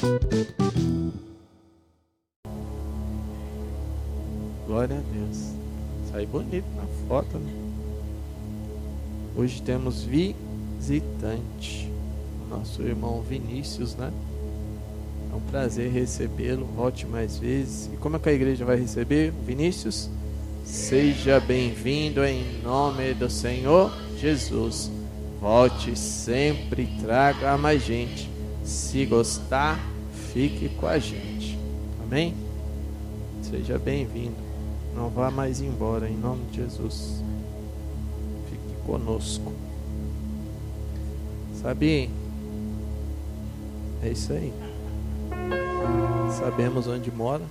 Glória a Deus. Sai bonito na foto, né? Hoje temos visitante, o nosso irmão Vinícius, né? É um prazer recebê-lo. Volte mais vezes. E como é que a igreja vai receber o Vinícius? Seja bem-vindo em nome do Senhor Jesus. Volte sempre, traga mais gente. Se gostar, fique com a gente. Amém? Seja bem-vindo. Não vá mais embora, em nome de Jesus. Fique conosco. Sabe? É isso aí. Sabemos onde mora.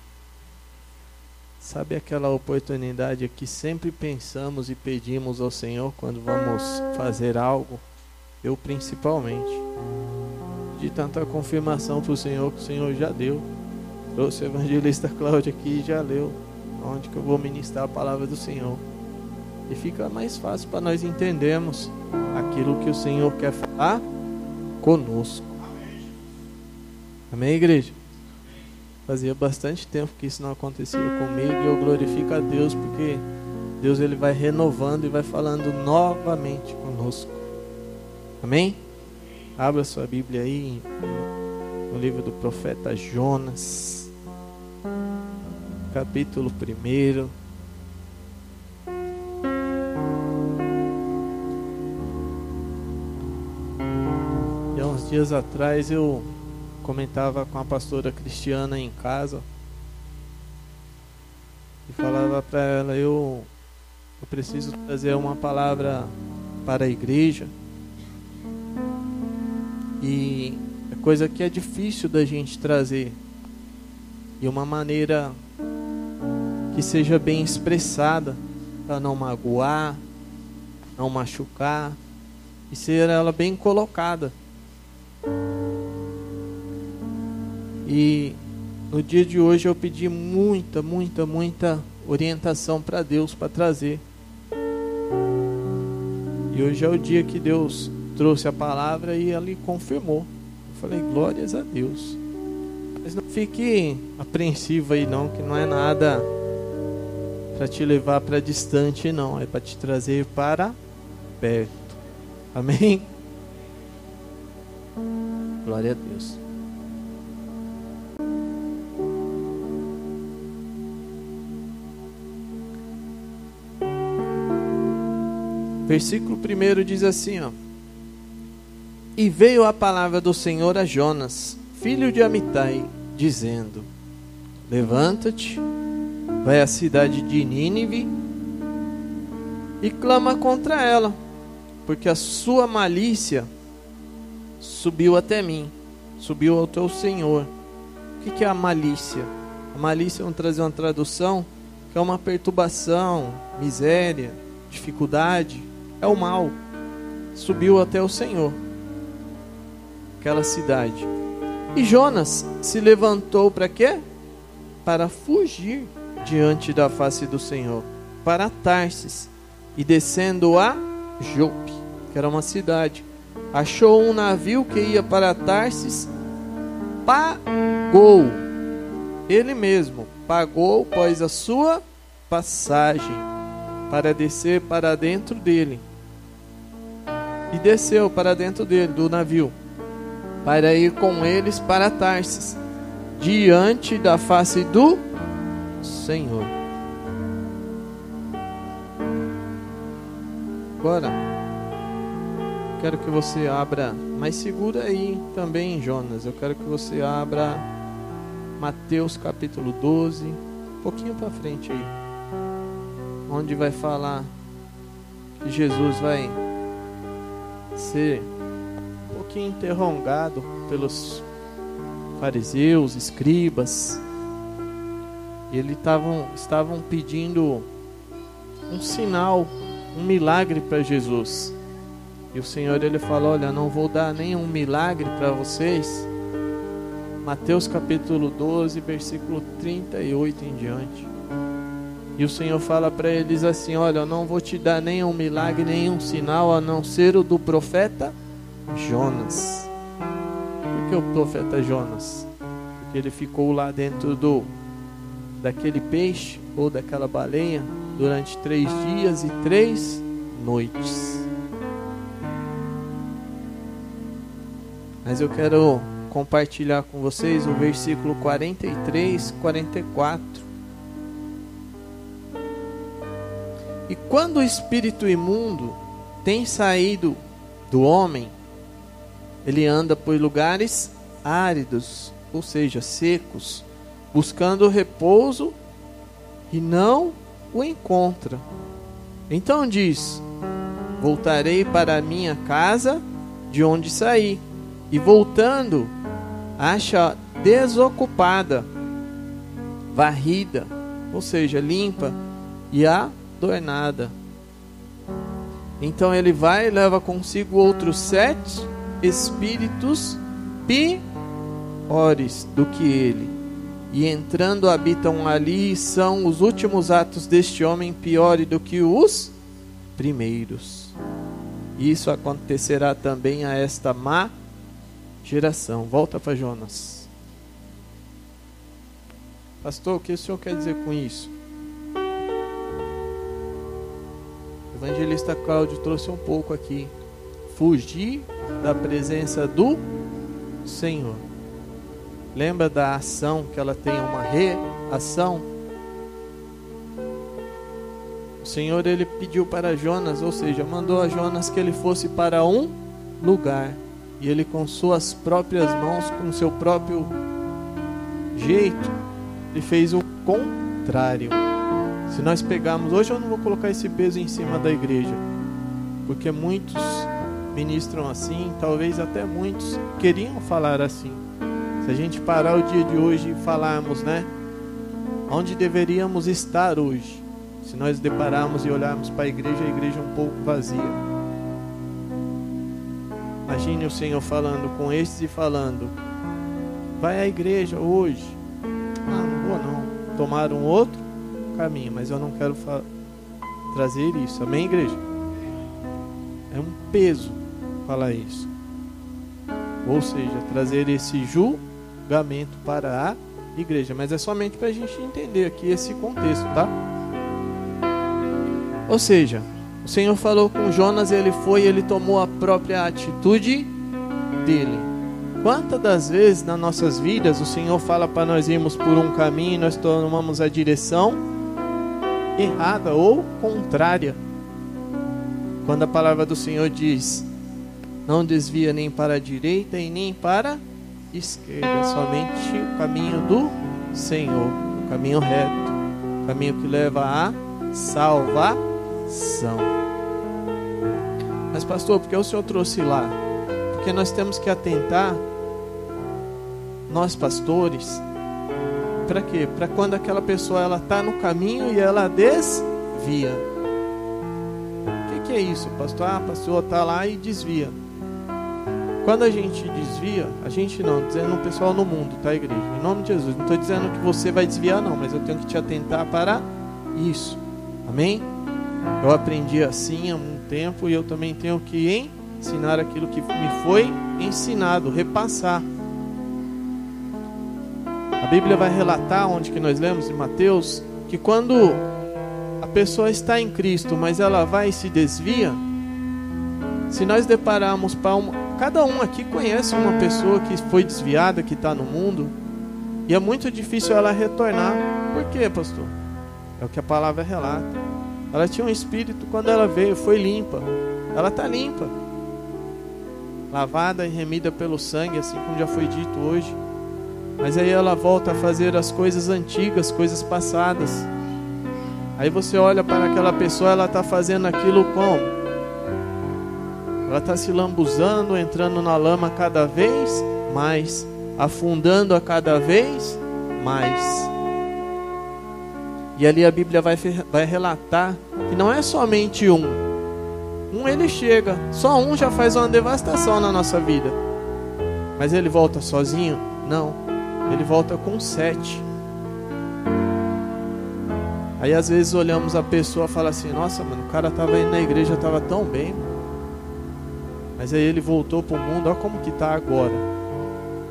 Sabe aquela oportunidade que sempre pensamos e pedimos ao Senhor quando vamos fazer algo? Eu principalmente. De tanta confirmação para o Senhor que o Senhor já deu. Trouxe o evangelista Cláudio aqui e já leu onde que eu vou ministrar a palavra do Senhor. E fica mais fácil para nós entendermos aquilo que o Senhor quer falar conosco. Amém, igreja? Fazia bastante tempo que isso não acontecia comigo e eu glorifico a Deus porque Deus ele vai renovando e vai falando novamente conosco. Amém? Abra sua Bíblia aí no livro do profeta Jonas, capítulo 1. E há uns dias atrás eu comentava com a pastora Cristiana em casa e falava para ela, eu preciso trazer uma palavra para a igreja, e é coisa que é difícil da gente trazer, e uma maneira que seja bem expressada, para não magoar, não machucar, e ser ela bem colocada. E no dia de hoje eu pedi muita orientação para Deus para trazer. E hoje é o dia que Deus trouxe a palavra e Ele confirmou. Eu falei, glórias a Deus. Mas não fique apreensivo aí não, que não é nada para te levar para distante não. É para te trazer para perto. Amém? Glória a Deus. Versículo 1 diz assim, ó: E veio a palavra do Senhor a Jonas, filho de Amitai, dizendo: Levanta-te, vai à cidade de Nínive e clama contra ela, porque a sua malícia subiu até mim, subiu ao teu Senhor. O que é a malícia? A malícia, vamos trazer uma tradução, que é uma perturbação, miséria, dificuldade. É o mal. Subiu até o Senhor, aquela cidade. E Jonas se levantou para quê? Para fugir diante da face do Senhor, para Tarsis, e descendo a Jope, que era uma cidade, achou um navio que ia para Tarsis, pagou, ele mesmo pagou, pois a sua passagem, para descer para dentro dele. E desceu para dentro dele, do navio, para ir com eles para Tarsis, diante da face do Senhor. Agora, quero que você abra, mas segura aí também em Jonas. Eu quero que você abra Mateus capítulo 12, um pouquinho para frente aí, onde vai falar que Jesus vai ser um pouquinho interrogado pelos fariseus, escribas. E eles estavam pedindo um sinal, um milagre para Jesus. E o Senhor ele falou: olha, não vou dar nenhum milagre para vocês. Mateus capítulo 12, versículo 38 em diante. E o Senhor fala para eles assim: olha, eu não vou te dar nenhum milagre, nenhum sinal, a não ser o do profeta Jonas. Por que o profeta Jonas? Porque ele ficou lá dentro daquele peixe ou daquela baleia durante 3 dias e 3 noites. Mas eu quero compartilhar com vocês o versículo 43, 44. E quando o espírito imundo tem saído do homem, ele anda por lugares áridos, ou seja, secos, buscando repouso e não o encontra. Então diz: voltarei para a minha casa de onde saí. E voltando, acha desocupada, varrida, ou seja, limpa e adornada. Então ele vai e leva consigo outros 7 espíritos piores do que ele. E entrando habitam ali, e são os últimos atos deste homem piores do que os primeiros. Isso acontecerá também a esta má geração. Volta para Jonas. Pastor, o que o senhor quer dizer com isso? O evangelista Cláudio trouxe um pouco aqui. Fugir da presença do Senhor. Lembra da ação que ela tem uma reação? O Senhor, ele pediu para Jonas, ou seja, mandou a Jonas que ele fosse para um lugar. E ele, com suas próprias mãos, com seu próprio jeito, ele fez o contrário. Se nós pegarmos, hoje eu não vou colocar esse peso em cima da igreja, porque muitos ministram assim, talvez até muitos queriam falar assim. Se a gente parar o dia de hoje e falarmos, né, onde deveríamos estar hoje, se nós depararmos e olharmos para a igreja um pouco vazia. Imagine o Senhor falando com estes e falando: vai à igreja hoje. Não vou não. Tomar um outro caminho, mas eu não quero trazer isso. Amém, igreja? É um peso falar isso. Ou seja, trazer esse julgamento para a igreja. Mas é somente para a gente entender aqui esse contexto, tá? Ou seja, o Senhor falou com Jonas, ele foi, ele tomou a própria atitude dele. Quantas das vezes nas nossas vidas o Senhor fala para nós irmos por um caminho e nós tomamos a direção errada ou contrária? Quando a palavra do Senhor diz: não desvia nem para a direita e nem para a esquerda, somente o caminho do Senhor, o caminho reto, o caminho que leva a salvação. Mas pastor, por que o senhor trouxe lá? Porque nós temos que atentar, nós pastores, para quê? Para quando aquela pessoa ela está no caminho e ela desvia. O que é isso, pastor? A pessoa está lá e desvia. Quando a gente desvia, a gente não, dizendo o pessoal no mundo, tá, igreja? Em nome de Jesus, não estou dizendo que você vai desviar não, mas eu tenho que te atentar para isso. Amém? Eu aprendi assim há um tempo e eu também tenho que ensinar aquilo que me foi ensinado, repassar. A Bíblia vai relatar, onde que nós lemos em Mateus, que quando a pessoa está em Cristo, mas ela vai e se desvia, se nós depararmos para cada um aqui conhece uma pessoa que foi desviada, que está no mundo, e é muito difícil ela retornar. Por quê, pastor? É o que a palavra relata. Ela tinha um espírito, quando ela veio, foi limpa. Ela está limpa, lavada e remida pelo sangue, assim como já foi dito hoje. Mas aí ela volta a fazer as coisas antigas, coisas passadas. Aí você olha para aquela pessoa, ela está fazendo aquilo como? Ela está se lambuzando, entrando na lama cada vez mais, afundando a cada vez mais. E ali a Bíblia vai relatar que não é somente um ele chega, só um já faz uma devastação na nossa vida. Mas ele volta sozinho? Não, ele volta com 7. Aí às vezes olhamos a pessoa e fala assim: nossa, mano, o cara estava indo na igreja, estava tão bem, mano. Mas aí ele voltou para o mundo, olha como que está agora.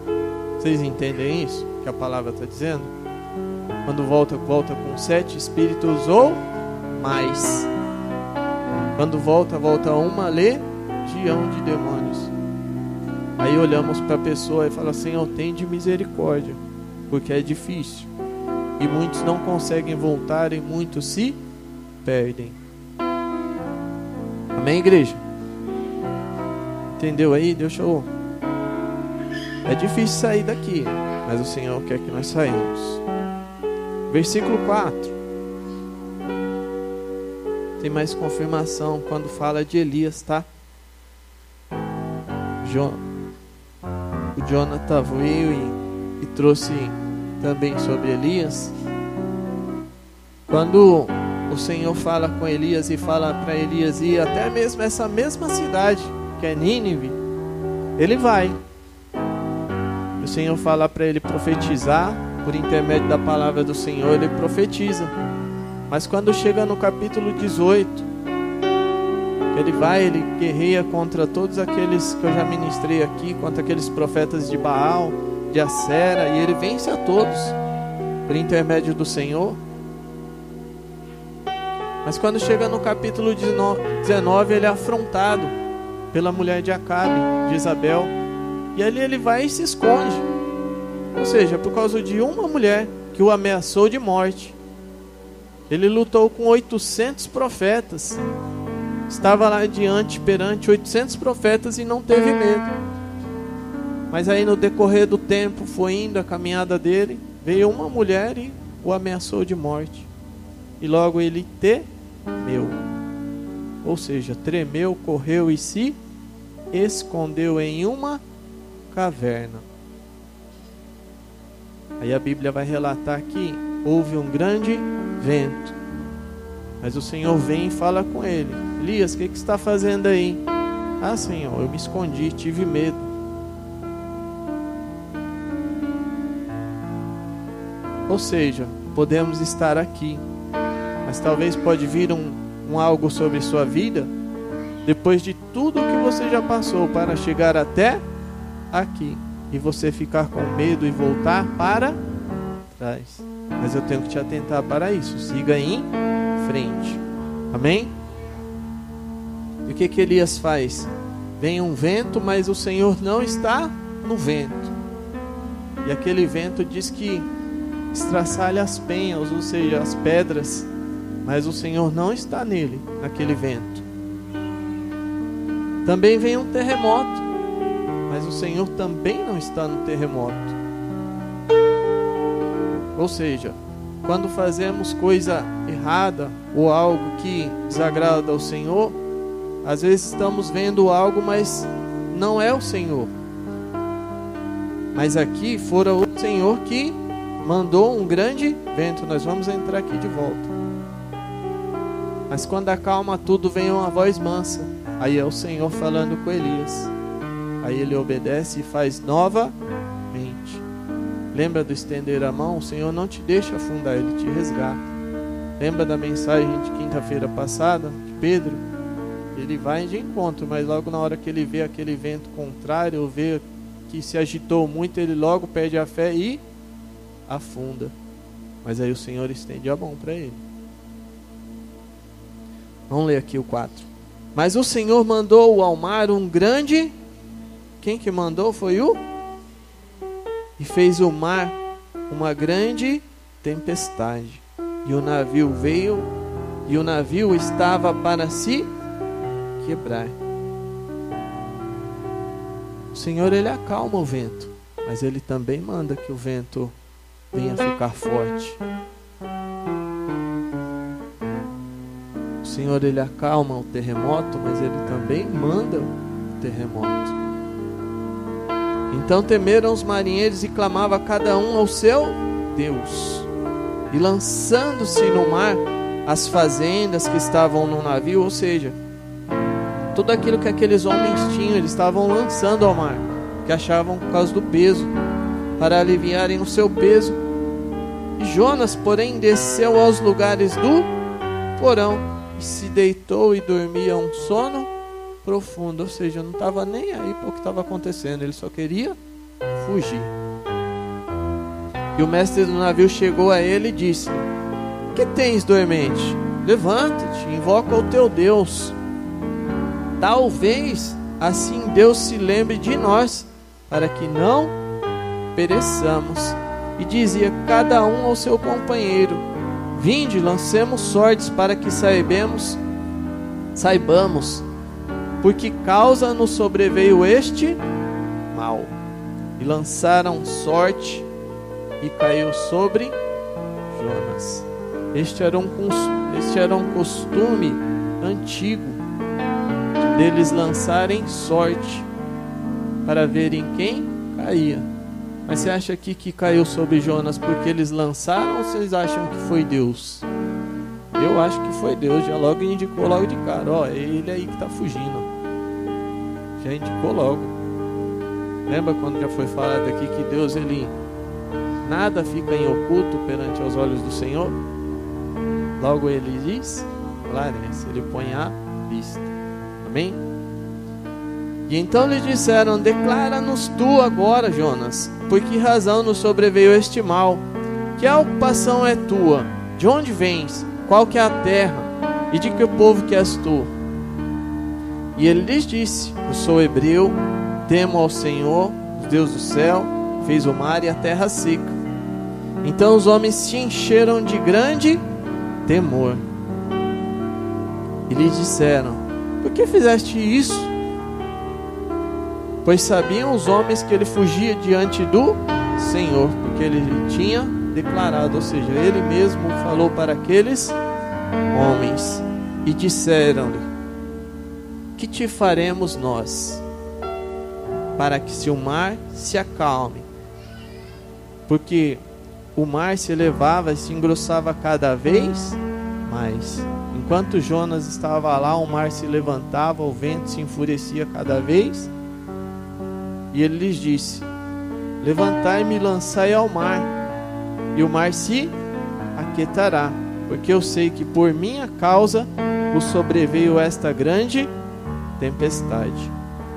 Vocês entendem isso que a palavra está dizendo? Quando volta com 7 espíritos ou mais. Quando volta uma legião de demônios. Aí olhamos para a pessoa e fala: Senhor, tem de misericórdia, porque é difícil. E muitos não conseguem voltar e muitos se perdem. Amém, igreja? Entendeu aí? É difícil sair daqui, mas o Senhor quer que nós saímos. Versículo 4. Tem mais confirmação quando fala de Elias, tá? O Jonathan veio e trouxe também sobre Elias. Quando o Senhor fala com Elias e fala para Elias ir até mesmo essa mesma cidade, que é Nínive, ele vai. O Senhor fala para ele profetizar, por intermédio da palavra do Senhor, ele profetiza. Mas quando chega no capítulo 18, ele guerreia contra todos aqueles que eu já ministrei aqui, contra aqueles profetas de Baal, de Acera, e ele vence a todos, por intermédio do Senhor. Mas quando chega no capítulo 19, ele é afrontado pela mulher de Acabe, de Isabel, e ali ele vai e se esconde. Ou seja, por causa de uma mulher que o ameaçou de morte. Ele lutou com 800 profetas. Estava lá perante 800 profetas e não teve medo. Mas aí no decorrer do tempo, foi indo a caminhada dele, veio uma mulher e o ameaçou de morte. E logo ele temeu. Ou seja, tremeu, correu e se escondeu em uma caverna. Aí a Bíblia vai relatar que houve um grande vento. Mas o Senhor vem e fala com ele: Elias, o que você está fazendo aí? Ah, Senhor, eu me escondi, tive medo. Ou seja, podemos estar aqui, mas talvez pode vir um algo sobre sua vida, depois de tudo que você já passou para chegar até aqui, e você ficar com medo e voltar para trás. Mas eu tenho que te atentar para isso. Siga em frente. Amém? E o que Elias faz? Vem um vento, mas o Senhor não está no vento. E aquele vento diz que estraçalha as penhas, ou seja, as pedras, mas o Senhor não está nele, naquele vento. Também vem um terremoto, mas o Senhor também não está no terremoto. Ou seja, quando fazemos coisa errada ou algo que desagrada ao Senhor, às vezes estamos vendo algo, mas não é o Senhor. Mas aqui fora o Senhor que mandou um grande vento. Nós vamos entrar aqui de volta. Mas quando acalma tudo, vem uma voz mansa. Aí é o Senhor falando com Elias. Aí ele obedece e faz novamente. Lembra do estender a mão? O Senhor não te deixa afundar, Ele te resgata. Lembra da mensagem de quinta-feira passada, de Pedro? Ele vai de encontro, mas logo na hora que ele vê aquele vento contrário, ou vê que se agitou muito, ele logo perde a fé e afunda. Mas aí o Senhor estende a mão para ele. Vamos ler aqui o 4. Mas o Senhor mandou ao mar um grande... Quem que mandou foi o... E fez o mar uma grande tempestade. E o navio veio, e o navio estava para se quebrar. O Senhor, Ele acalma o vento, mas Ele também manda que o vento venha ficar forte. O Senhor, Ele acalma o terremoto, mas Ele também manda o terremoto. Então temeram os marinheiros e clamava cada um ao seu Deus. E lançando-se no mar, as fazendas que estavam no navio, ou seja, tudo aquilo que aqueles homens tinham, eles estavam lançando ao mar, que achavam por causa do peso, para aliviarem o seu peso. E Jonas, porém, desceu aos lugares do porão, e se deitou e dormia um sono profundo. Ou seja, não estava nem aí para o que estava acontecendo, ele só queria fugir. E o mestre do navio chegou a ele e disse: que tens, dormente? Levanta-te, invoca o teu Deus. Talvez assim Deus se lembre de nós, para que não pereçamos. E dizia cada um ao seu companheiro: vinde, lancemos sortes, para que saibamos por que causa nos sobreveio este mal. E lançaram sorte, e caiu sobre Jonas. Este era um costume antigo deles lançarem sorte para verem quem caía. Mas você acha aqui que caiu sobre Jonas porque eles lançaram, ou vocês acham que foi Deus? Eu acho que foi Deus. Já logo indicou logo de cara: ó, é ele aí que está fugindo. Já indicou logo. Lembra quando já foi falado aqui que Deus, ele nada fica em oculto perante os olhos do Senhor? Logo ele diz, esclarece, ele põe à vista. Amém? E então lhe disseram: declara-nos tu agora, Jonas, por que razão nos sobreveio este mal? Que a ocupação é tua? De onde vens? Qual que é a terra? E de que povo que és tu? E ele lhes disse: eu sou hebreu, temo ao Senhor, o Deus do céu, fez o mar e a terra seca. Então os homens se encheram de grande temor e lhe disseram: por que fizeste isso? Pois sabiam os homens que ele fugia diante do Senhor, porque ele tinha declarado, ou seja, ele mesmo falou para aqueles homens. E disseram-lhe: que te faremos nós, para que se o mar se acalme? Porque o mar se elevava e se engrossava cada vez mais. Enquanto Jonas estava lá, o mar se levantava, o vento se enfurecia cada vez. E ele lhes disse: levantai-me e lançai ao mar, e o mar se aquietará, porque eu sei que por minha causa vos sobreveio esta grande tempestade.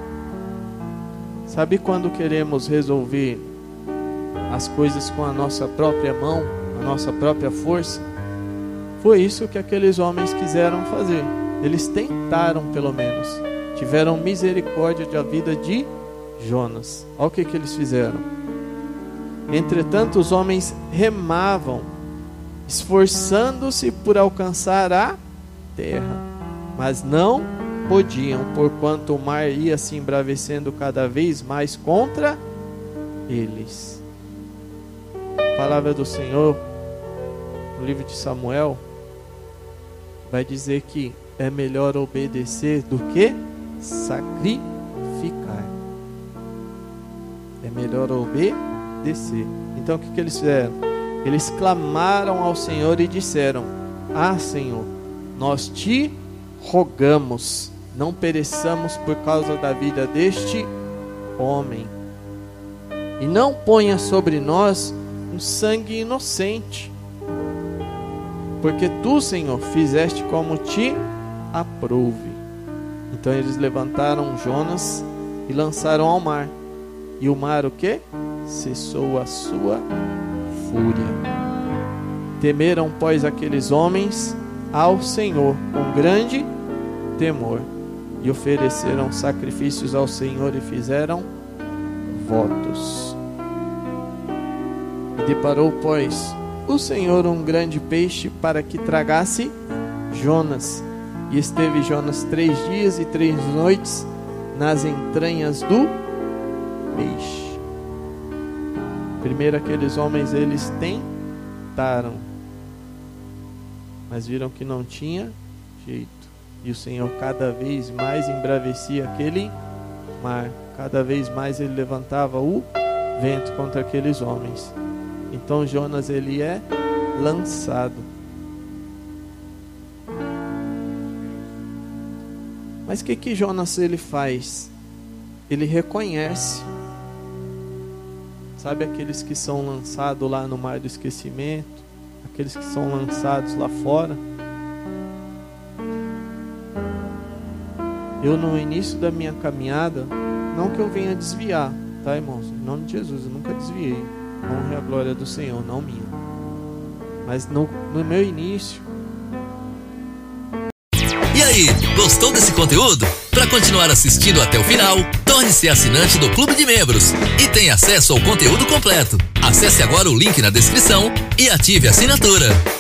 Sabe quando queremos resolver as coisas com a nossa própria mão, a nossa própria força? Foi isso que aqueles homens quiseram fazer. Eles tentaram, pelo menos. Tiveram misericórdia da vida de Jonas. Olha o que eles fizeram. Entretanto, os homens remavam, esforçando-se por alcançar a terra, mas não podiam, porquanto o mar ia se embravecendo cada vez mais contra eles. A palavra do Senhor, no livro de Samuel, vai dizer que é melhor obedecer do que sacrificar. É melhor obedecer. Então o que eles fizeram? Eles clamaram ao Senhor e disseram: ah, Senhor, nós te rogamos, não pereçamos por causa da vida deste homem, e não ponha sobre nós um sangue inocente, porque tu, Senhor, fizeste como te aprouve. Então eles levantaram Jonas e lançaram ao mar, e o mar o quê? Cessou a sua fúria. Temeram, pois, aqueles homens ao Senhor com grande temor, e ofereceram sacrifícios ao Senhor e fizeram votos. E deparou, pois, o Senhor um grande peixe para que tragasse Jonas. E esteve Jonas 3 dias e 3 noites nas entranhas do peixe. Primeiro aqueles homens, eles tentaram, mas viram que não tinha jeito. E o Senhor cada vez mais embravecia aquele mar. Cada vez mais ele levantava o vento contra aqueles homens. Então Jonas, ele é lançado. Mas o que Jonas ele faz? Ele reconhece. Sabe aqueles que são lançados lá no mar do esquecimento? Aqueles que são lançados lá fora? Eu, no início da minha caminhada, não que eu venha desviar, tá, irmãos? Em nome de Jesus, eu nunca desviei. honra e a glória do Senhor, não minha. Mas no meu início. E aí, gostou desse conteúdo? Para continuar assistindo até o final, torne-se assinante do Clube de Membros e tenha acesso ao conteúdo completo. Acesse agora o link na descrição e ative a assinatura.